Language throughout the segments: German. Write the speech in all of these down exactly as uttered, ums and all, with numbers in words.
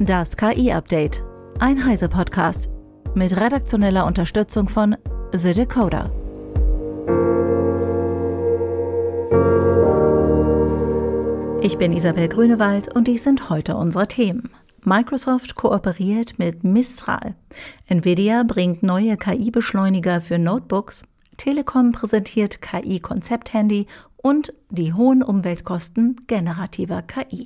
Das K I-Update, ein Heise-Podcast mit redaktioneller Unterstützung von The Decoder. Ich bin Isabel Grünewald und dies sind heute unsere Themen. Microsoft kooperiert mit Mistral. Nvidia bringt neue K I-Beschleuniger für Notebooks. Telekom präsentiert K I-Konzept-Handy und die hohen Umweltkosten generativer K I.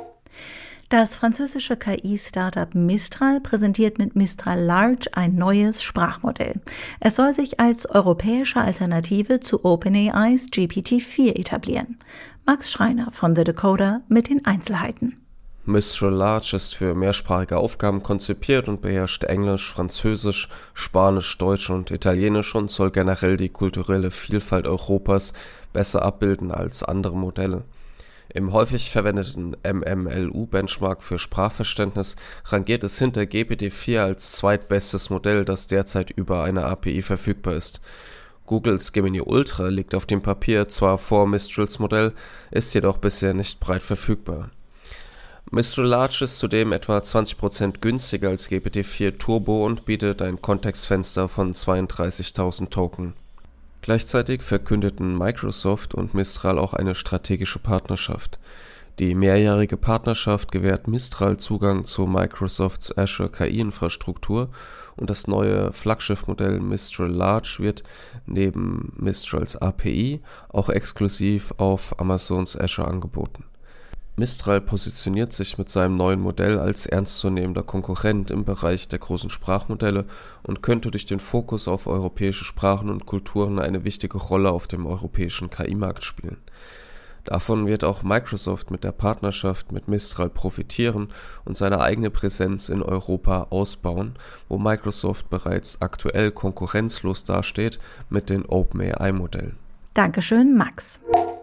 Das französische K I-Startup Mistral präsentiert mit Mistral Large ein neues Sprachmodell. Es soll sich als europäische Alternative zu OpenAIs G P T vier etablieren. Max Schreiner von The Decoder mit den Einzelheiten. Mistral Large ist für mehrsprachige Aufgaben konzipiert und beherrscht Englisch, Französisch, Spanisch, Deutsch und Italienisch und soll generell die kulturelle Vielfalt Europas besser abbilden als andere Modelle. Im häufig verwendeten M M L U-Benchmark für Sprachverständnis rangiert es hinter G P T vier als zweitbestes Modell, das derzeit über eine A P I verfügbar ist. Googles Gemini Ultra liegt auf dem Papier zwar vor Mistrals Modell, ist jedoch bisher nicht breit verfügbar. Mistral Large ist zudem etwa zwanzig Prozent günstiger als G P T vier Turbo und bietet ein Kontextfenster von zweiunddreißigtausend Token. Gleichzeitig verkündeten Microsoft und Mistral auch eine strategische Partnerschaft. Die mehrjährige Partnerschaft gewährt Mistral Zugang zu Microsofts Azure K I-Infrastruktur und das neue Flaggschiffmodell Mistral Large wird neben Mistrals A P I auch exklusiv auf Amazons Azure angeboten. Mistral positioniert sich mit seinem neuen Modell als ernstzunehmender Konkurrent im Bereich der großen Sprachmodelle und könnte durch den Fokus auf europäische Sprachen und Kulturen eine wichtige Rolle auf dem europäischen K I-Markt spielen. Davon wird auch Microsoft mit der Partnerschaft mit Mistral profitieren und seine eigene Präsenz in Europa ausbauen, wo Microsoft bereits aktuell konkurrenzlos dasteht mit den OpenAI-Modellen. Dankeschön, Max.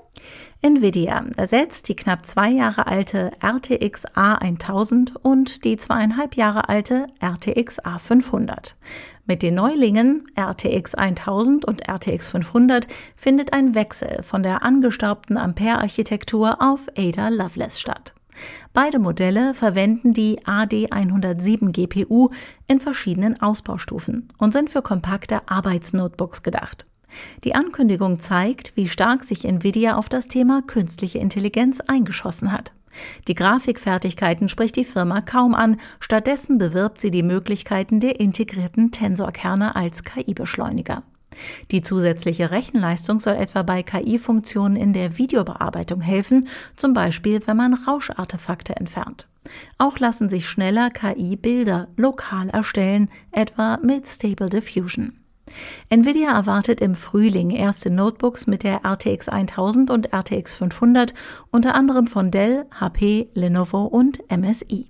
Nvidia ersetzt die knapp zwei Jahre alte R T X A tausend und die zweieinhalb Jahre alte R T X A fünfhundert. Mit den Neulingen R T X tausend und R T X fünfhundert findet ein Wechsel von der angestaubten Ampere-Architektur auf Ada Lovelace statt. Beide Modelle verwenden die A D hundertsieben G P U in verschiedenen Ausbaustufen und sind für kompakte Arbeitsnotebooks gedacht. Die Ankündigung zeigt, wie stark sich Nvidia auf das Thema künstliche Intelligenz eingeschossen hat. Die Grafikfertigkeiten spricht die Firma kaum an, stattdessen bewirbt sie die Möglichkeiten der integrierten Tensorkerne als K I-Beschleuniger. Die zusätzliche Rechenleistung soll etwa bei K I-Funktionen in der Videobearbeitung helfen, zum Beispiel wenn man Rauschartefakte entfernt. Auch lassen sich schneller K I-Bilder lokal erstellen, etwa mit Stable Diffusion. Nvidia erwartet im Frühling erste Notebooks mit der R T X tausend und R T X fünfhundert, unter anderem von Dell, H P, Lenovo und M S I.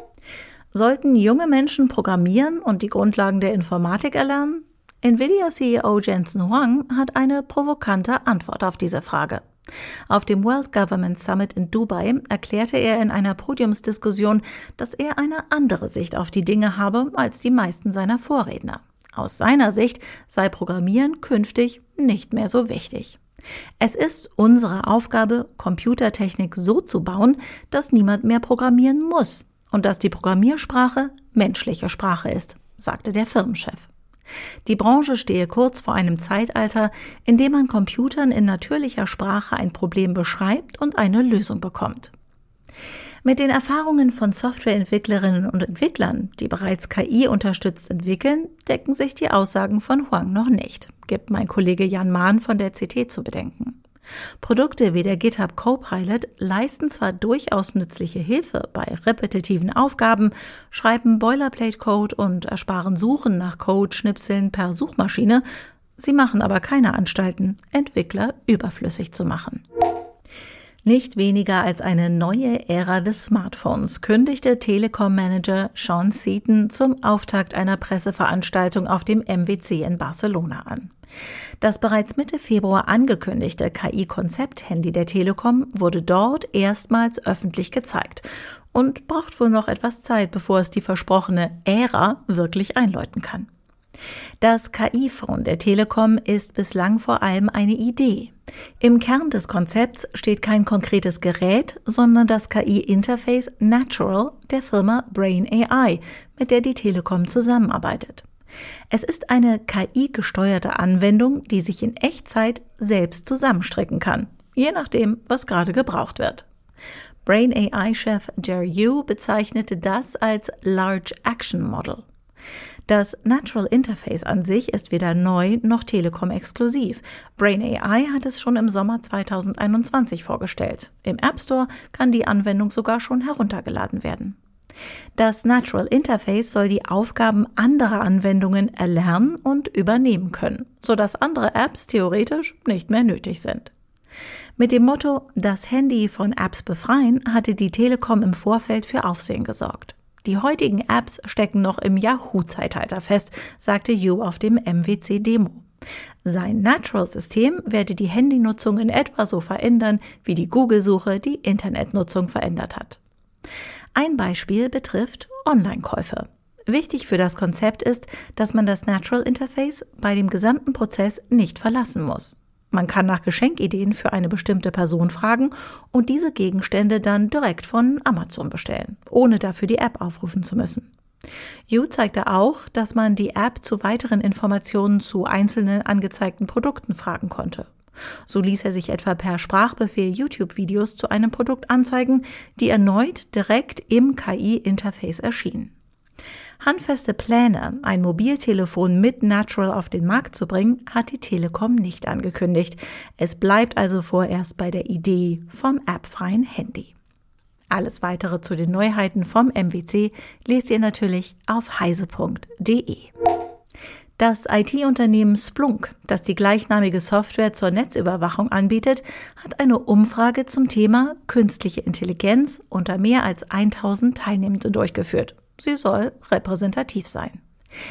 Sollten junge Menschen programmieren und die Grundlagen der Informatik erlernen? Nvidia-C E O Jensen Huang hat eine provokante Antwort auf diese Frage. Auf dem World Government Summit in Dubai erklärte er in einer Podiumsdiskussion, dass er eine andere Sicht auf die Dinge habe als die meisten seiner Vorredner. Aus seiner Sicht sei Programmieren künftig nicht mehr so wichtig. Es ist unsere Aufgabe, Computertechnik so zu bauen, dass niemand mehr programmieren muss und dass die Programmiersprache menschliche Sprache ist, sagte der Firmenchef. Die Branche stehe kurz vor einem Zeitalter, in dem man Computern in natürlicher Sprache ein Problem beschreibt und eine Lösung bekommt. Mit den Erfahrungen von Softwareentwicklerinnen und Entwicklern, die bereits K I unterstützt entwickeln, decken sich die Aussagen von Huang noch nicht, gibt mein Kollege Jan Mahn von der C T zu bedenken. Produkte wie der GitHub Copilot leisten zwar durchaus nützliche Hilfe bei repetitiven Aufgaben, schreiben Boilerplate-Code und ersparen Suchen nach Code-Schnipseln per Suchmaschine, sie machen aber keine Anstalten, Entwickler überflüssig zu machen. Nicht weniger als eine neue Ära des Smartphones kündigte Telekom-Manager Sean Seaton zum Auftakt einer Presseveranstaltung auf dem M W C in Barcelona an. Das bereits Mitte Februar angekündigte K I-Konzept-Handy der Telekom wurde dort erstmals öffentlich gezeigt und braucht wohl noch etwas Zeit, bevor es die versprochene Ära wirklich einläuten kann. Das K I-Phone der Telekom ist bislang vor allem eine Idee. Im Kern des Konzepts steht kein konkretes Gerät, sondern das K I-Interface Natural der Firma Brain A I, mit der die Telekom zusammenarbeitet. Es ist eine K I-gesteuerte Anwendung, die sich in Echtzeit selbst zusammenstricken kann, je nachdem, was gerade gebraucht wird. Brain A I-Chef Jerry Yu bezeichnete das als Large Action Model. Das Natural Interface an sich ist weder neu noch Telekom-exklusiv. Brain A I hat es schon im Sommer zweitausendeinundzwanzig vorgestellt. Im App Store kann die Anwendung sogar schon heruntergeladen werden. Das Natural Interface soll die Aufgaben anderer Anwendungen erlernen und übernehmen können, sodass andere Apps theoretisch nicht mehr nötig sind. Mit dem Motto „Das Handy von Apps befreien" hatte die Telekom im Vorfeld für Aufsehen gesorgt. Die heutigen Apps stecken noch im Yahoo-Zeitalter fest, sagte Yu auf dem M W C-Demo. Sein Natural-System werde die Handynutzung in etwa so verändern, wie die Google-Suche die Internetnutzung verändert hat. Ein Beispiel betrifft Online-Käufe. Wichtig für das Konzept ist, dass man das Natural Interface bei dem gesamten Prozess nicht verlassen muss. Man kann nach Geschenkideen für eine bestimmte Person fragen und diese Gegenstände dann direkt von Amazon bestellen, ohne dafür die App aufrufen zu müssen. Yu zeigte auch, dass man die App zu weiteren Informationen zu einzelnen angezeigten Produkten fragen konnte. So ließ er sich etwa per Sprachbefehl YouTube-Videos zu einem Produkt anzeigen, die erneut direkt im K I-Interface erschienen. Handfeste Pläne, ein Mobiltelefon mit Natural auf den Markt zu bringen, hat die Telekom nicht angekündigt. Es bleibt also vorerst bei der Idee vom appfreien Handy. Alles weitere zu den Neuheiten vom M W C lest ihr natürlich auf heise punkt de. Das I T-Unternehmen Splunk, das die gleichnamige Software zur Netzüberwachung anbietet, hat eine Umfrage zum Thema künstliche Intelligenz unter mehr als tausend Teilnehmenden durchgeführt. Sie soll repräsentativ sein.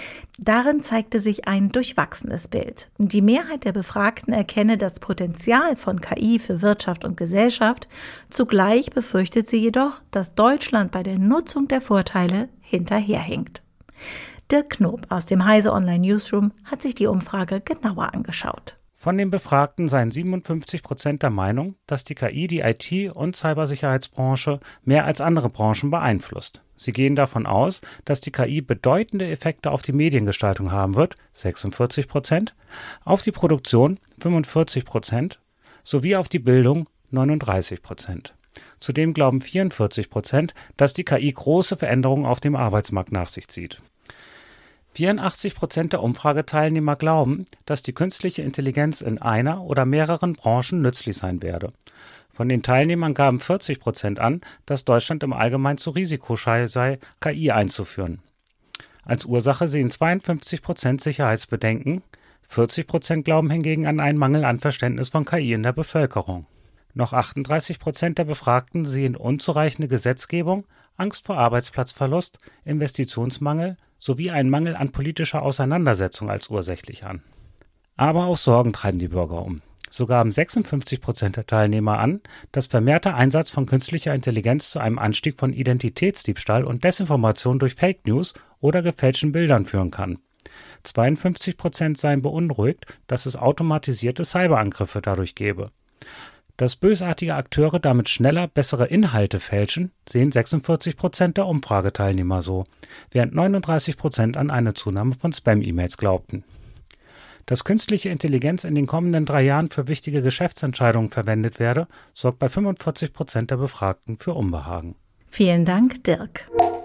Darin zeigte sich ein durchwachsenes Bild. Die Mehrheit der Befragten erkenne das Potenzial von K I für Wirtschaft und Gesellschaft. Zugleich befürchtet sie jedoch, dass Deutschland bei der Nutzung der Vorteile hinterherhinkt. Dirk Knob aus dem Heise Online Newsroom hat sich die Umfrage genauer angeschaut. Von den Befragten seien siebenundfünfzig Prozent der Meinung, dass die K I die I T- und Cybersicherheitsbranche mehr als andere Branchen beeinflusst. Sie gehen davon aus, dass die K I bedeutende Effekte auf die Mediengestaltung haben wird, sechsundvierzig Prozent, auf die Produktion, fünfundvierzig Prozent, sowie auf die Bildung, neununddreißig Prozent. Zudem glauben vierundvierzig Prozent, dass die K I große Veränderungen auf dem Arbeitsmarkt nach sich zieht. vierundachtzig Prozent der Umfrageteilnehmer glauben, dass die künstliche Intelligenz in einer oder mehreren Branchen nützlich sein werde. Von den Teilnehmern gaben vierzig Prozent an, dass Deutschland im Allgemeinen zu risikoscheu sei, K I einzuführen. Als Ursache sehen zweiundfünfzig Prozent Sicherheitsbedenken, vierzig Prozent glauben hingegen an einen Mangel an Verständnis von K I in der Bevölkerung. Noch achtunddreißig Prozent der Befragten sehen unzureichende Gesetzgebung, Angst vor Arbeitsplatzverlust, Investitionsmangel sowie einen Mangel an politischer Auseinandersetzung als ursächlich an. Aber auch Sorgen treiben die Bürger um. So gaben sechsundfünfzig Prozent der Teilnehmer an, dass vermehrter Einsatz von künstlicher Intelligenz zu einem Anstieg von Identitätsdiebstahl und Desinformation durch Fake News oder gefälschten Bildern führen kann. zweiundfünfzig Prozent seien beunruhigt, dass es automatisierte Cyberangriffe dadurch gäbe. Dass bösartige Akteure damit schneller bessere Inhalte fälschen, sehen sechsundvierzig Prozent der Umfrageteilnehmer so, während neununddreißig Prozent an eine Zunahme von Spam-E-Mails glaubten. Dass künstliche Intelligenz in den kommenden drei Jahren für wichtige Geschäftsentscheidungen verwendet werde, sorgt bei fünfundvierzig Prozent der Befragten für Unbehagen. Vielen Dank, Dirk.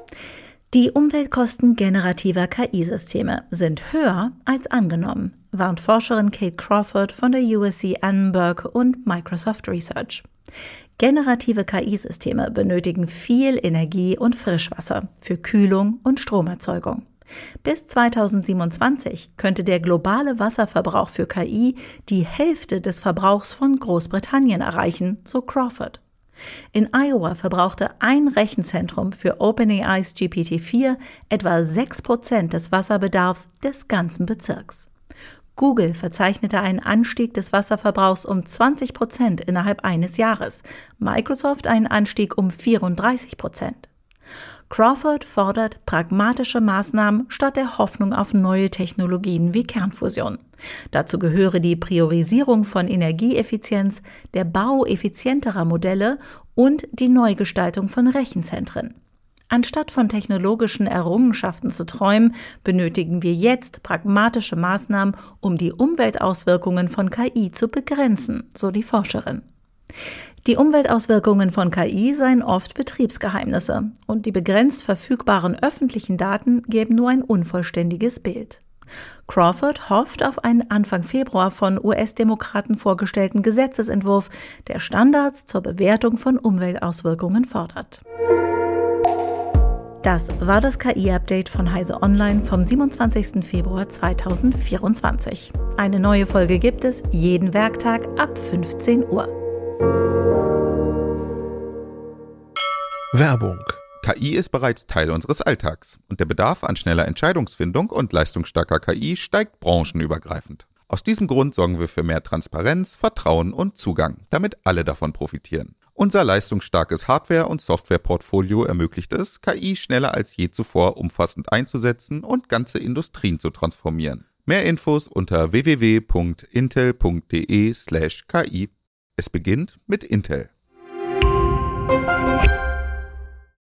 Die Umweltkosten generativer K I-Systeme sind höher als angenommen, warnt Forscherin Kate Crawford von der U S C Annenberg und Microsoft Research. Generative K I-Systeme benötigen viel Energie und Frischwasser für Kühlung und Stromerzeugung. Bis zweitausendsiebenundzwanzig könnte der globale Wasserverbrauch für K I die Hälfte des Verbrauchs von Großbritannien erreichen, so Crawford. In Iowa verbrauchte ein Rechenzentrum für OpenAIs G P T vier etwa sechs Prozent des Wasserbedarfs des ganzen Bezirks. Google verzeichnete einen Anstieg des Wasserverbrauchs um zwanzig Prozent innerhalb eines Jahres, Microsoft einen Anstieg um vierunddreißig Prozent. Crawford fordert pragmatische Maßnahmen statt der Hoffnung auf neue Technologien wie Kernfusion. Dazu gehöre die Priorisierung von Energieeffizienz, der Bau effizienterer Modelle und die Neugestaltung von Rechenzentren. Anstatt von technologischen Errungenschaften zu träumen, benötigen wir jetzt pragmatische Maßnahmen, um die Umweltauswirkungen von K I zu begrenzen, so die Forscherin. Die Umweltauswirkungen von K I seien oft Betriebsgeheimnisse und die begrenzt verfügbaren öffentlichen Daten geben nur ein unvollständiges Bild. Crawford hofft auf einen Anfang Februar von U S-Demokraten vorgestellten Gesetzesentwurf, der Standards zur Bewertung von Umweltauswirkungen fordert. Das war das K I-Update von Heise Online vom siebenundzwanzigsten Februar zweitausendvierundzwanzig. Eine neue Folge gibt es jeden Werktag ab fünfzehn Uhr. Werbung. K I ist bereits Teil unseres Alltags und der Bedarf an schneller Entscheidungsfindung und leistungsstarker K I steigt branchenübergreifend. Aus diesem Grund sorgen wir für mehr Transparenz, Vertrauen und Zugang, damit alle davon profitieren. Unser leistungsstarkes Hardware- und Softwareportfolio ermöglicht es, K I schneller als je zuvor umfassend einzusetzen und ganze Industrien zu transformieren. Mehr Infos unter w w w punkt intel punkt d e slash k i. Es beginnt mit Intel.